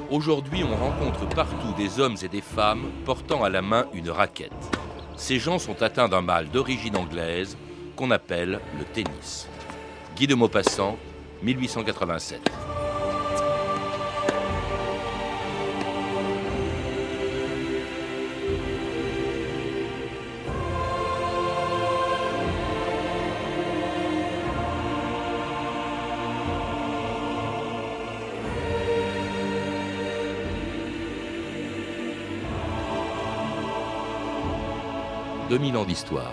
Aujourd'hui, on rencontre partout des hommes et des femmes portant à la main une raquette. Ces gens sont atteints d'un mal d'origine anglaise qu'on appelle le tennis. Guy de Maupassant, 1887. « 2000 ans d'histoire.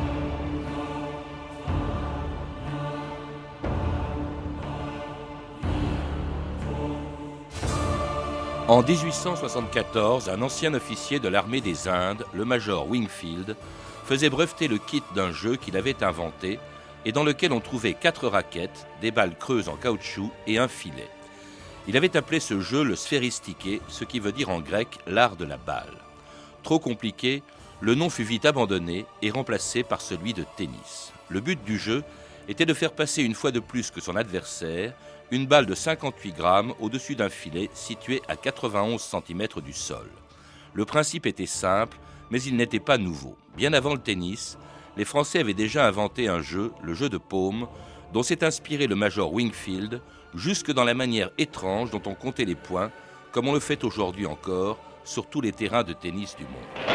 En 1874, un ancien officier de l'armée des Indes, le major Wingfield, faisait breveter le kit d'un jeu qu'il avait inventé et dans lequel on trouvait 4 raquettes, des balles creuses en caoutchouc et un filet. Il avait appelé ce jeu le sphéristiqué, ce qui veut dire en grec l'art de la balle. Trop compliqué, le nom fut vite abandonné et remplacé par celui de tennis. Le but du jeu était de faire passer une fois de plus que son adversaire une balle de 58 grammes au-dessus d'un filet situé à 91 cm du sol. Le principe était simple, mais il n'était pas nouveau. Bien avant le tennis, les Français avaient déjà inventé un jeu, le jeu de paume, dont s'est inspiré le major Wingfield, jusque dans la manière étrange dont on comptait les points, comme on le fait aujourd'hui encore sur tous les terrains de tennis du monde.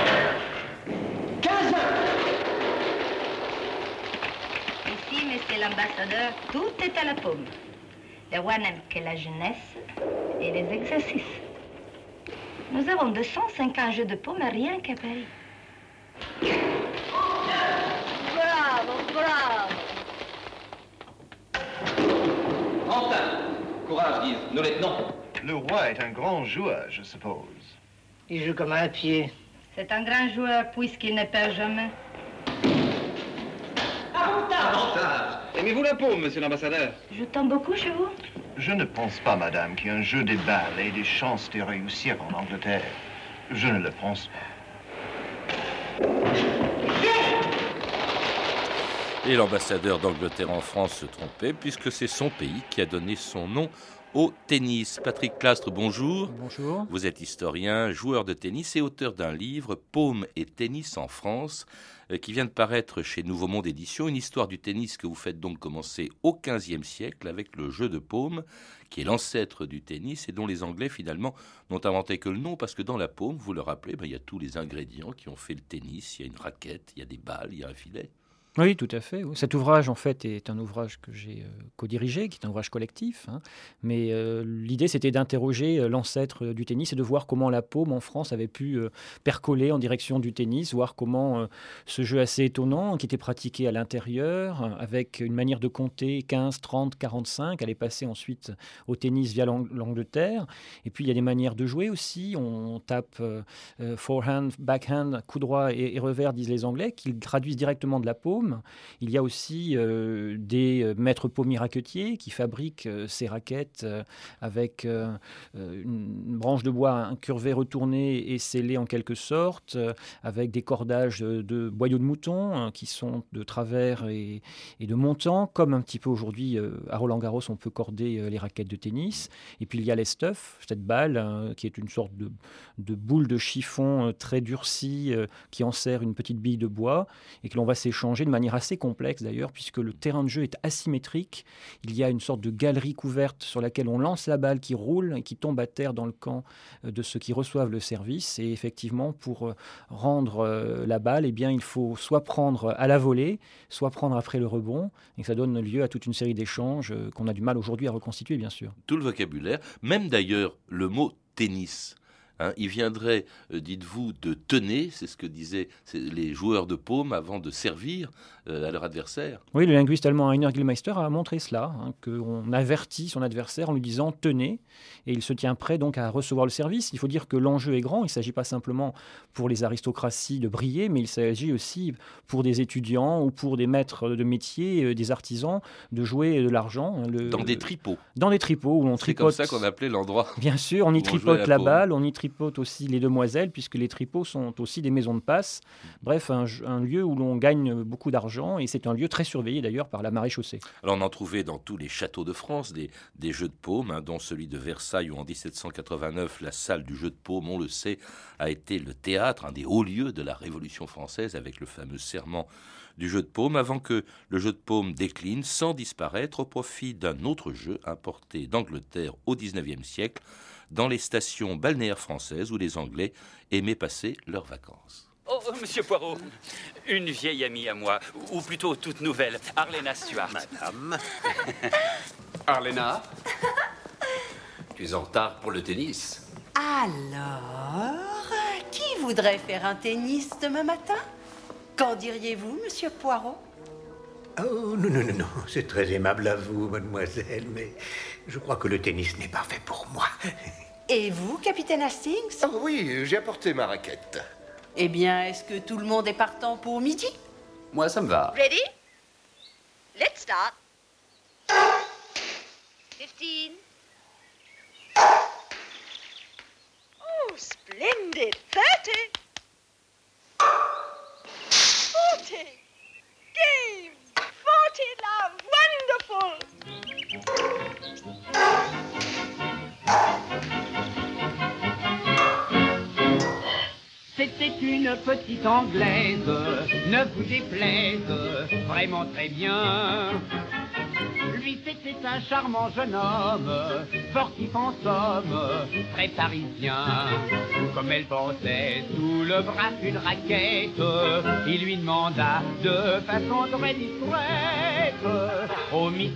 Ici, monsieur l'ambassadeur, tout est à la paume. Le roi n'aime que la jeunesse et les exercices. Nous avons 250 jeux de paume rien qu'à Paris. Bravo, bravo. Enfin, courage, Guise, nous les tenons. Le roi est un grand joueur, je suppose. Il joue comme un pied. C'est un grand joueur puisqu'il ne perd jamais. Avantage. Aimez-vous la paume, monsieur l'ambassadeur? Je tombe beaucoup chez vous? Je ne pense pas, madame, qu'un jeu des balles ait des chances de réussir en Angleterre. Je ne le pense pas. Et l'ambassadeur d'Angleterre en France se trompait, puisque c'est son pays qui a donné son nom au tennis. Patrick Clastres, bonjour. Bonjour. Vous êtes historien, joueur de tennis et auteur d'un livre, Paume et tennis en France, qui vient de paraître chez Nouveau Monde Éditions, une histoire du tennis que vous faites donc commencer au XVe siècle avec le jeu de paume, qui est l'ancêtre du tennis et dont les Anglais finalement n'ont inventé que le nom, parce que dans la paume, vous le rappelez, il y a tous les ingrédients qui ont fait le tennis, il y a une raquette, il y a des balles, il y a un filet. Oui, tout à fait. Oui. Cet ouvrage, en fait, est un ouvrage que j'ai co-dirigé, qui est un ouvrage collectif. Mais l'idée, c'était d'interroger l'ancêtre du tennis et de voir comment la paume, en France, avait pu percoler en direction du tennis, voir comment ce jeu assez étonnant, qui était pratiqué à l'intérieur, avec une manière de compter 15, 30, 45, allait passer ensuite au tennis via l'Angleterre. Et puis, il y a des manières de jouer aussi. On tape forehand, backhand, coup droit et revers, disent les Anglais, qu'ils traduisent directement de la paume. Il y a aussi des maîtres paumiers raquetiers qui fabriquent ces raquettes avec une branche de bois incurvée, retournée et scellée en quelque sorte, avec des cordages de boyaux de mouton qui sont de travers et de montant, comme un petit peu aujourd'hui à Roland-Garros on peut corder les raquettes de tennis. Et puis il y a les stuffs, cette balle qui est une sorte de boule de chiffon très durcie qui enserre une petite bille de bois et que l'on va s'échanger de manière assez complexe d'ailleurs, puisque le terrain de jeu est asymétrique. Il y a une sorte de galerie couverte sur laquelle on lance la balle qui roule et qui tombe à terre dans le camp de ceux qui reçoivent le service. Et effectivement, pour rendre la balle, eh bien, il faut soit prendre à la volée, soit prendre après le rebond. Et ça donne lieu à toute une série d'échanges qu'on a du mal aujourd'hui à reconstituer, bien sûr. Tout le vocabulaire, même d'ailleurs le mot tennis. Il viendrait, dites-vous, de tenez, c'est ce que disaient les joueurs de paume avant de servir à leur adversaire. Oui, le linguiste allemand Heiner Gillmeister a montré cela, qu'on avertit son adversaire en lui disant « tenez », et il se tient prêt donc à recevoir le service. Il faut dire que l'enjeu est grand, il ne s'agit pas simplement pour les aristocraties de briller, mais il s'agit aussi pour des étudiants ou pour des maîtres de métier, des artisans, de jouer de l'argent. Dans des tripots. Dans des tripots où on tripote. C'est comme ça qu'on appelait l'endroit. Bien sûr, on y tripote la balle, on y tripote aussi les demoiselles, puisque les tripots sont aussi des maisons de passe. Bref, un lieu où l'on gagne beaucoup d'argent gens, et c'est un lieu très surveillé d'ailleurs par la maréchaussée. Alors on en trouvait dans tous les châteaux de France des jeux de paume, dont celui de Versailles où en 1789 la salle du jeu de paume, on le sait, a été le théâtre, un des hauts lieux de la Révolution française avec le fameux serment du jeu de paume, avant que le jeu de paume décline sans disparaître au profit d'un autre jeu importé d'Angleterre au XIXe siècle dans les stations balnéaires françaises où les Anglais aimaient passer leurs vacances. Oh, monsieur Poirot, une vieille amie à moi, ou plutôt toute nouvelle, Arlena Stuart. Madame. Arlena, tu es en retard pour le tennis. Alors, qui voudrait faire un tennis demain matin? Qu'en diriez-vous, monsieur Poirot? Oh, non, c'est très aimable à vous, mademoiselle, mais je crois que le tennis n'est pas fait pour moi. Et vous, capitaine Hastings? Oh oui, j'ai apporté ma raquette. Eh bien, est-ce que tout le monde est partant pour midi? Moi, ça me va. Ready? Let's start. 15. Oh, splendid. 30. 40. Game. 40 love. Wonderful. C'était une petite Anglaise, ne vous déplaise, vraiment très bien. Lui, c'était un charmant jeune homme, sportif en somme, très parisien. Comme elle portait sous le bras une raquette, il lui demanda de façon très discrète: Oh Miss,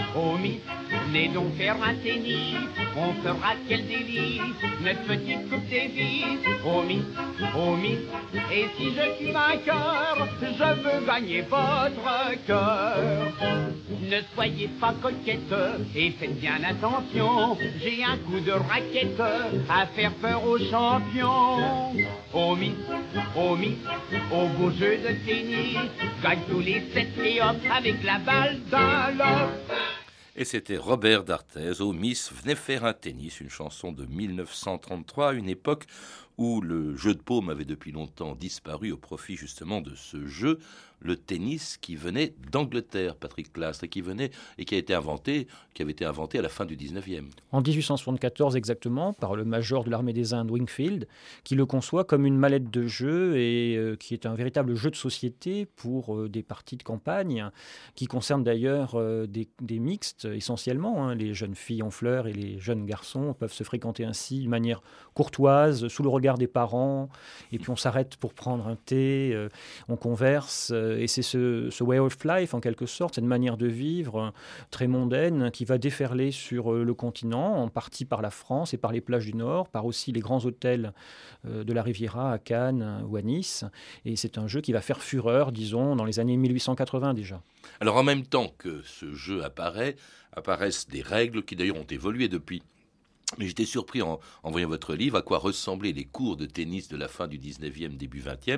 venez donc faire un tennis, on fera quel délice, notre petite coupe Davis. Oh Miss, et si je suis vainqueur, je veux gagner votre cœur. Ne soyez pas coquette et faites bien attention, j'ai un coup de raquette à faire peur aux champions. Oh Miss, au beau jeu de tennis, gagne tous les 7 et hop avec la balle d'un lobe. Et c'était Robert d'Arthez, Oh Miss, venez faire un tennis, une chanson de 1933, une époque où le jeu de paume avait depuis longtemps disparu au profit justement de ce jeu, le tennis qui venait d'Angleterre, Patrick Clastres, et qui avait été inventé à la fin du 19e. En 1874 exactement, par le major de l'armée des Indes, Wingfield, qui le conçoit comme une mallette de jeu et qui est un véritable jeu de société pour des parties de campagne, qui concerne d'ailleurs des mixtes essentiellement. Les jeunes filles en fleurs et les jeunes garçons peuvent se fréquenter ainsi de manière courtoise, sous le regard des parents, et puis on s'arrête pour prendre un thé, on converse, et c'est ce way of life en quelque sorte, cette manière de vivre très mondaine qui va déferler sur le continent, en partie par la France et par les plages du Nord, par aussi les grands hôtels de la Riviera à Cannes ou à Nice, et c'est un jeu qui va faire fureur, disons, dans les années 1880 déjà. Alors en même temps que ce jeu apparaissent des règles qui d'ailleurs ont évolué depuis. Mais j'étais surpris en voyant votre livre à quoi ressemblaient les cours de tennis de la fin du 19e, début 20e.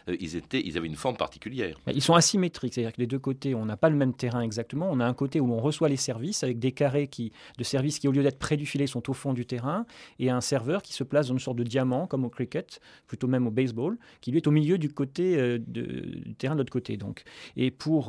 Ils avaient une forme particulière. Ils sont asymétriques, c'est-à-dire que les deux côtés, on n'a pas le même terrain exactement. On a un côté où on reçoit les services avec des carrés de services qui, au lieu d'être près du filet, sont au fond du terrain, et un serveur qui se place dans une sorte de diamant, comme au cricket, plutôt même au baseball, qui lui est au milieu du côté du terrain de l'autre côté. Donc. Et pour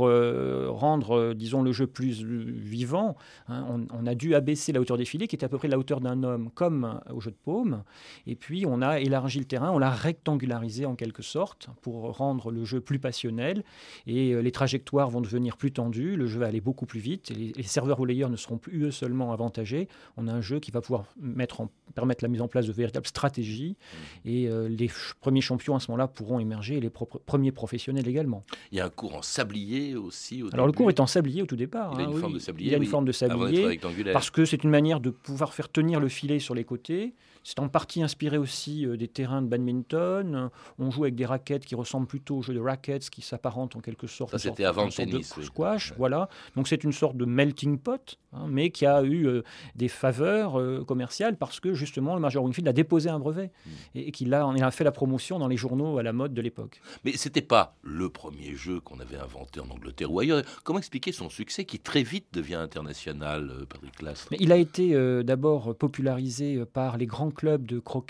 rendre, disons, le jeu plus vivant, on a dû abaisser la hauteur des filets, qui était à peu près la hauteur d'un homme, comme au jeu de paume. Et puis, on a élargi le terrain, on l'a rectangularisé en quelque sorte, pour rendre le jeu plus passionnel, et les trajectoires vont devenir plus tendues, le jeu va aller beaucoup plus vite, et les serveurs volleyeurs ne seront plus eux seulement avantagés. On a un jeu qui va pouvoir permettre la mise en place de véritables stratégies, et les premiers champions à ce moment-là pourront émerger, et les premiers professionnels également. Il y a un cours en sablier aussi Alors le cours est en sablier au tout départ. Il a une forme de sablier, il y a une forme de sablier, parce que c'est une manière de pouvoir faire tenir le filet sur les côtés. C'est en partie inspiré aussi des terrains de badminton. On joue avec des raquettes qui ressemblent plutôt au jeu de rackets, qui s'apparentent en quelque sorte. Ça, c'était avant le tennis. De squash, oui. Voilà. Donc c'est une sorte de melting pot, mais qui a eu des faveurs commerciales parce que justement le Major Wingfield a déposé un brevet et qu'il a fait la promotion dans les journaux à la mode de l'époque. Mais c'était pas le premier jeu qu'on avait inventé en Angleterre ou ailleurs. Comment expliquer son succès qui très vite devient international, Patrick Clastres? Il a été d'abord popularisé par les grands clubs de croquet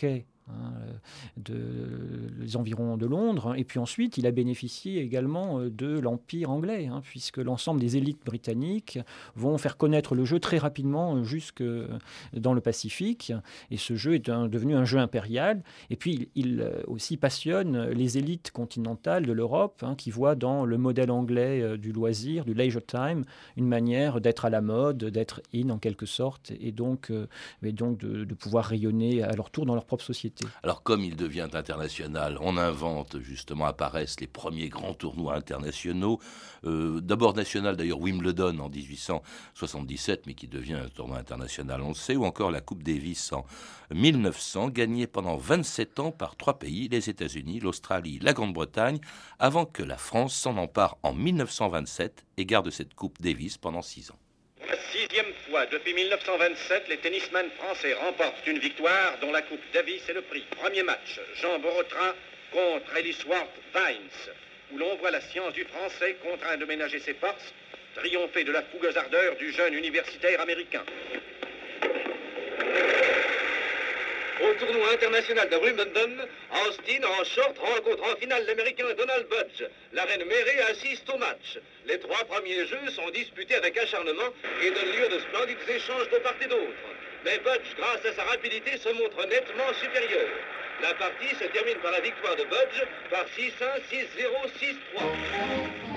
les environs de Londres. Et puis ensuite, il a bénéficié également de l'Empire anglais, puisque l'ensemble des élites britanniques vont faire connaître le jeu très rapidement jusque dans le Pacifique. Et ce jeu est devenu un jeu impérial. Et puis, il aussi passionne les élites continentales de l'Europe, qui voient dans le modèle anglais du loisir, du leisure time, une manière d'être à la mode, d'être in en quelque sorte, et donc de pouvoir rayonner à leur tour dans leur propre société. Alors, comme il devient international, on invente, justement, apparaissent les premiers grands tournois internationaux. D'abord national, d'ailleurs, Wimbledon en 1877, mais qui devient un tournoi international, on le sait, ou encore la Coupe Davis en 1900, gagnée pendant 27 ans par 3 pays, les États-Unis, l'Australie, la Grande-Bretagne, avant que la France s'en empare en 1927 et garde cette Coupe Davis pendant 6 ans. La 6e fois depuis 1927, les tennisman français remportent une victoire dont la Coupe Davis est le prix. Premier match, Jean Borotra contre Ellsworth Vines, où l'on voit la science du français contraint de ménager ses forces, triompher de la fougueuse ardeur du jeune universitaire américain. Au tournoi international de Wimbledon, Austin en short rencontre en finale l'américain Donald Budge. La reine Mary assiste au match. Les 3 premiers jeux sont disputés avec acharnement et donnent lieu de splendides échanges de part et d'autre. Mais Budge, grâce à sa rapidité, se montre nettement supérieur. La partie se termine par la victoire de Budge par 6-1, 6-0, 6-3.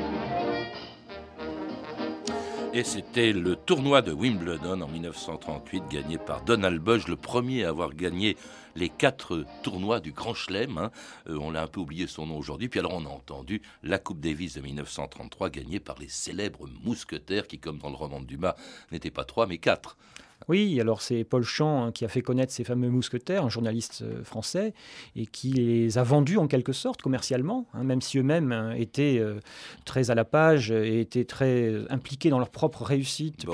Et c'était le tournoi de Wimbledon en 1938, gagné par Donald Budge, le premier à avoir gagné les 4 tournois du Grand Chelem. On l'a un peu oublié son nom aujourd'hui. Puis alors on a entendu la Coupe Davis de 1933, gagnée par les célèbres mousquetaires qui, comme dans le roman de Dumas, n'étaient pas 3 mais 4. Oui, alors c'est Paul Champ qui a fait connaître ces fameux mousquetaires, un journaliste français, et qui les a vendus en quelque sorte commercialement, même si eux-mêmes étaient très à la page et étaient très impliqués dans leur propre réussite.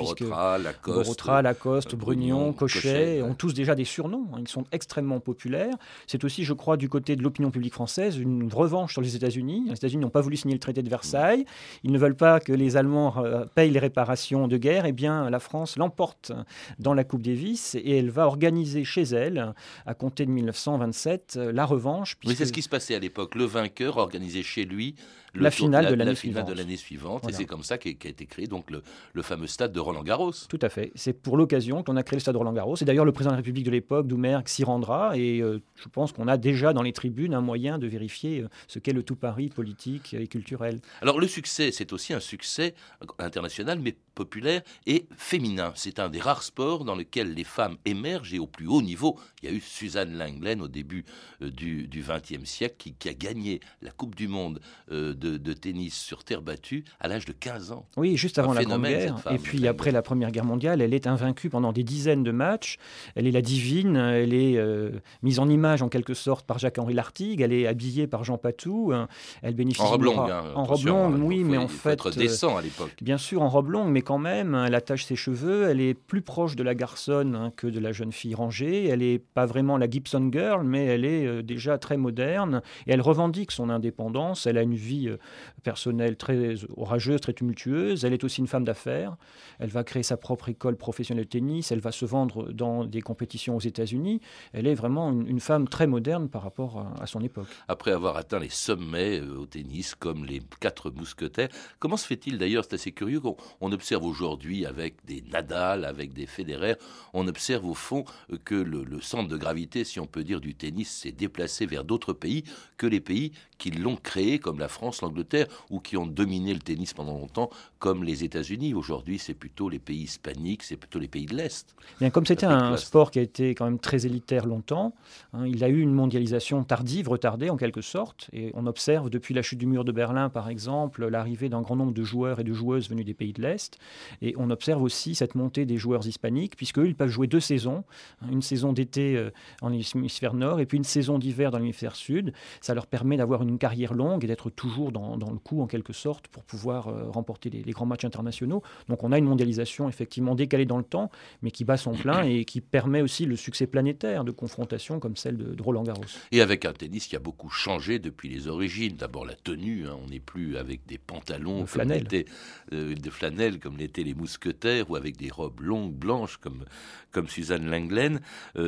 Borotra, Lacoste, Brugnon, Cochet ont tous déjà des surnoms, ils sont extrêmement populaires. C'est aussi, je crois, du côté de l'opinion publique française, une revanche sur les États-Unis. Les États-Unis n'ont pas voulu signer le traité de Versailles, ils ne veulent pas que les Allemands payent les réparations de guerre, et bien la France l'emporte dans la Coupe Davis, et elle va organiser chez elle, à compter de 1927, la revanche. Oui, c'est ce qui se passait à l'époque. Le vainqueur organisait chez lui la finale de l'année suivante. Voilà. Et c'est comme ça qu'a été créé donc, le fameux stade de Roland-Garros. Tout à fait. C'est pour l'occasion qu'on a créé le stade de Roland-Garros. Et d'ailleurs, le président de la République de l'époque, Doumergue, s'y rendra. Et je pense qu'on a déjà dans les tribunes un moyen de vérifier ce qu'est le tout Paris politique et culturel. Alors le succès, c'est aussi un succès international, mais populaire et féminin. C'est un des rares sports dans lequel les femmes émergent et au plus haut niveau. Il y a eu Suzanne Lenglen au début du XXe siècle qui a gagné la Coupe du Monde de tennis sur terre battue à l'âge de 15 ans. Oui, juste avant la Grande Guerre. Et puis après la Première Guerre mondiale, elle est invaincue pendant des dizaines de matchs. Elle est la divine, elle est mise en image en quelque sorte par Jacques-Henri Lartigue, elle est habillée par Jean Patou. Elle bénéficie en robe longue. En robe longue, oui, mais en fait... Il faut être décent à l'époque. Bien sûr, en robe longue, mais quand même, elle attache ses cheveux, elle est plus proche de la garçonne que de la jeune fille rangée. Elle n'est pas vraiment la Gibson Girl, mais elle est déjà très moderne et elle revendique son indépendance. Elle a une vie personnelle très orageuse, très tumultueuse. Elle est aussi une femme d'affaires. Elle va créer sa propre école professionnelle de tennis. Elle va se vendre dans des compétitions aux États-Unis. Elle est vraiment une femme très moderne par rapport à son époque. Après avoir atteint les sommets au tennis, comme les 4 mousquetaires, comment se fait-il d'ailleurs, c'est assez curieux, qu'on observe aujourd'hui avec des Nadal, avec des Federer, on observe au fond que le centre de gravité, si on peut dire, du tennis s'est déplacé vers d'autres pays que les pays qui l'ont créé, comme la France, l'Angleterre, ou qui ont dominé le tennis pendant longtemps, comme les États-Unis. Aujourd'hui, c'est plutôt les pays hispaniques, c'est plutôt les pays de l'Est. Bien, comme c'était un sport qui a été quand même très élitaire longtemps, il a eu une mondialisation tardive, retardée en quelque sorte, et on observe depuis la chute du mur de Berlin, par exemple, l'arrivée d'un grand nombre de joueurs et de joueuses venus des pays de l'Est, et on observe aussi cette montée des joueurs hispaniques, puisqu'eux, ils peuvent jouer 2 saisons, une saison d'été en hémisphère nord, et puis une saison d'hiver dans l'hémisphère sud. Ça leur permet d'avoir une une carrière longue et d'être toujours dans le coup en quelque sorte pour pouvoir remporter les grands matchs internationaux. Donc on a une mondialisation effectivement décalée dans le temps, mais qui bat son plein et qui permet aussi le succès planétaire de confrontations comme celle de Roland-Garros. Et avec un tennis qui a beaucoup changé depuis les origines. D'abord la tenue, on n'est plus avec des pantalons de flanelle comme l'étaient les mousquetaires ou avec des robes longues blanches comme Suzanne Lenglen.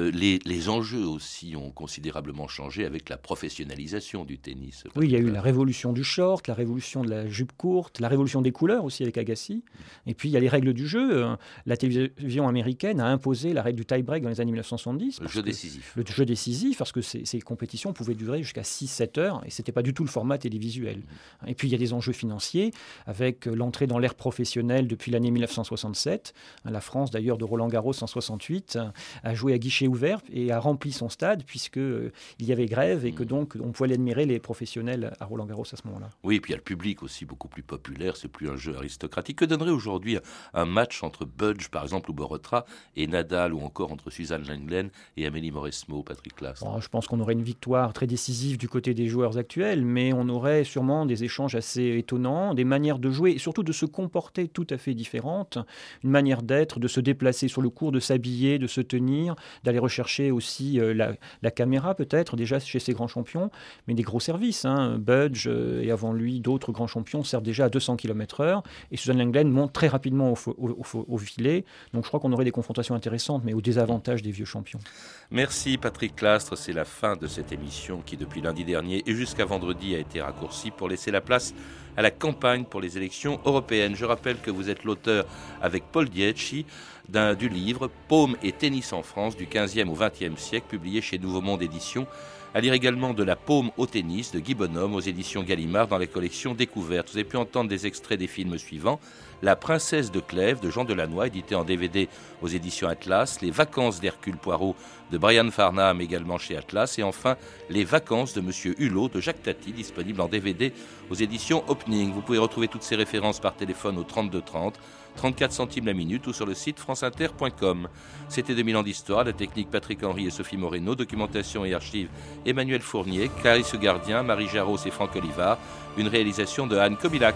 Les enjeux aussi ont considérablement changé avec la professionnalisation du tennis. Oui, il y a eu la révolution du short, la révolution de la jupe courte, la révolution des couleurs aussi avec Agassi. Et puis il y a les règles du jeu. La télévision américaine a imposé la règle du tie-break dans les années 1970. Le jeu décisif. Le jeu décisif, parce que ces compétitions pouvaient durer jusqu'à 6-7 heures et ce n'était pas du tout le format télévisuel. Et puis il y a des enjeux financiers avec l'entrée dans l'ère professionnelle depuis l'année 1967. La France d'ailleurs de Roland-Garros en 68 a joué à guichet ouvert et a rempli son stade puisqu'il y avait grève et que donc on pouvait admirer les professionnels à Roland-Garros à ce moment-là. Oui, et puis il y a le public aussi beaucoup plus populaire, c'est plus un jeu aristocratique. Que donnerait aujourd'hui un match entre Budge par exemple ou Borotra et Nadal ou encore entre Suzanne Lenglen et Amélie Mauresmo, Patrick Clastres? Je pense qu'on aurait une victoire très décisive du côté des joueurs actuels, mais on aurait sûrement des échanges assez étonnants, des manières de jouer et surtout de se comporter tout à fait différentes, une manière d'être, de se déplacer sur le court, de s'habiller, de se tenir, d'aller rechercher aussi la caméra peut-être déjà chez ces grands champions, mais des gros services. Budge et avant lui d'autres grands champions servent déjà à 200 km/h et Suzanne Lenglen monte très rapidement au filet. Donc je crois qu'on aurait des confrontations intéressantes, mais au désavantage des vieux champions. Merci Patrick Clastres, c'est la fin de cette émission qui depuis lundi dernier et jusqu'à vendredi a été raccourcie pour laisser la place à la campagne pour les élections européennes. Je rappelle que vous êtes l'auteur avec Paul Dietschi du livre « Paume et tennis en France du 15e au 20e siècle » publié chez Nouveau Monde Éditions. À lire également de La paume au tennis de Guy Bonhomme aux éditions Gallimard dans la collection Découverte. Vous avez pu entendre des extraits des films suivants: La princesse de Clèves de Jean Delannoy, édité en DVD aux éditions Atlas, Les vacances d'Hercule Poirot de Brian Farnham, également chez Atlas, et enfin Les vacances de Monsieur Hulot de Jacques Tati, disponible en DVD aux éditions Opening. Vous pouvez retrouver toutes ces références par téléphone au 32 30, 34 centimes la minute ou sur le site franceinter.com. C'était 2000 ans d'histoire, la technique Patrick Henry et Sophie Moreno, documentation et archives Emmanuel Fournier, Clarisse Gardien, Marie Jarros et Franck Olivard, une réalisation de Anne Kobilac.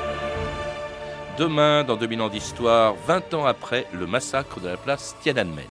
Demain, dans 2000 ans d'histoire, 20 ans après le massacre de la place Tiananmen.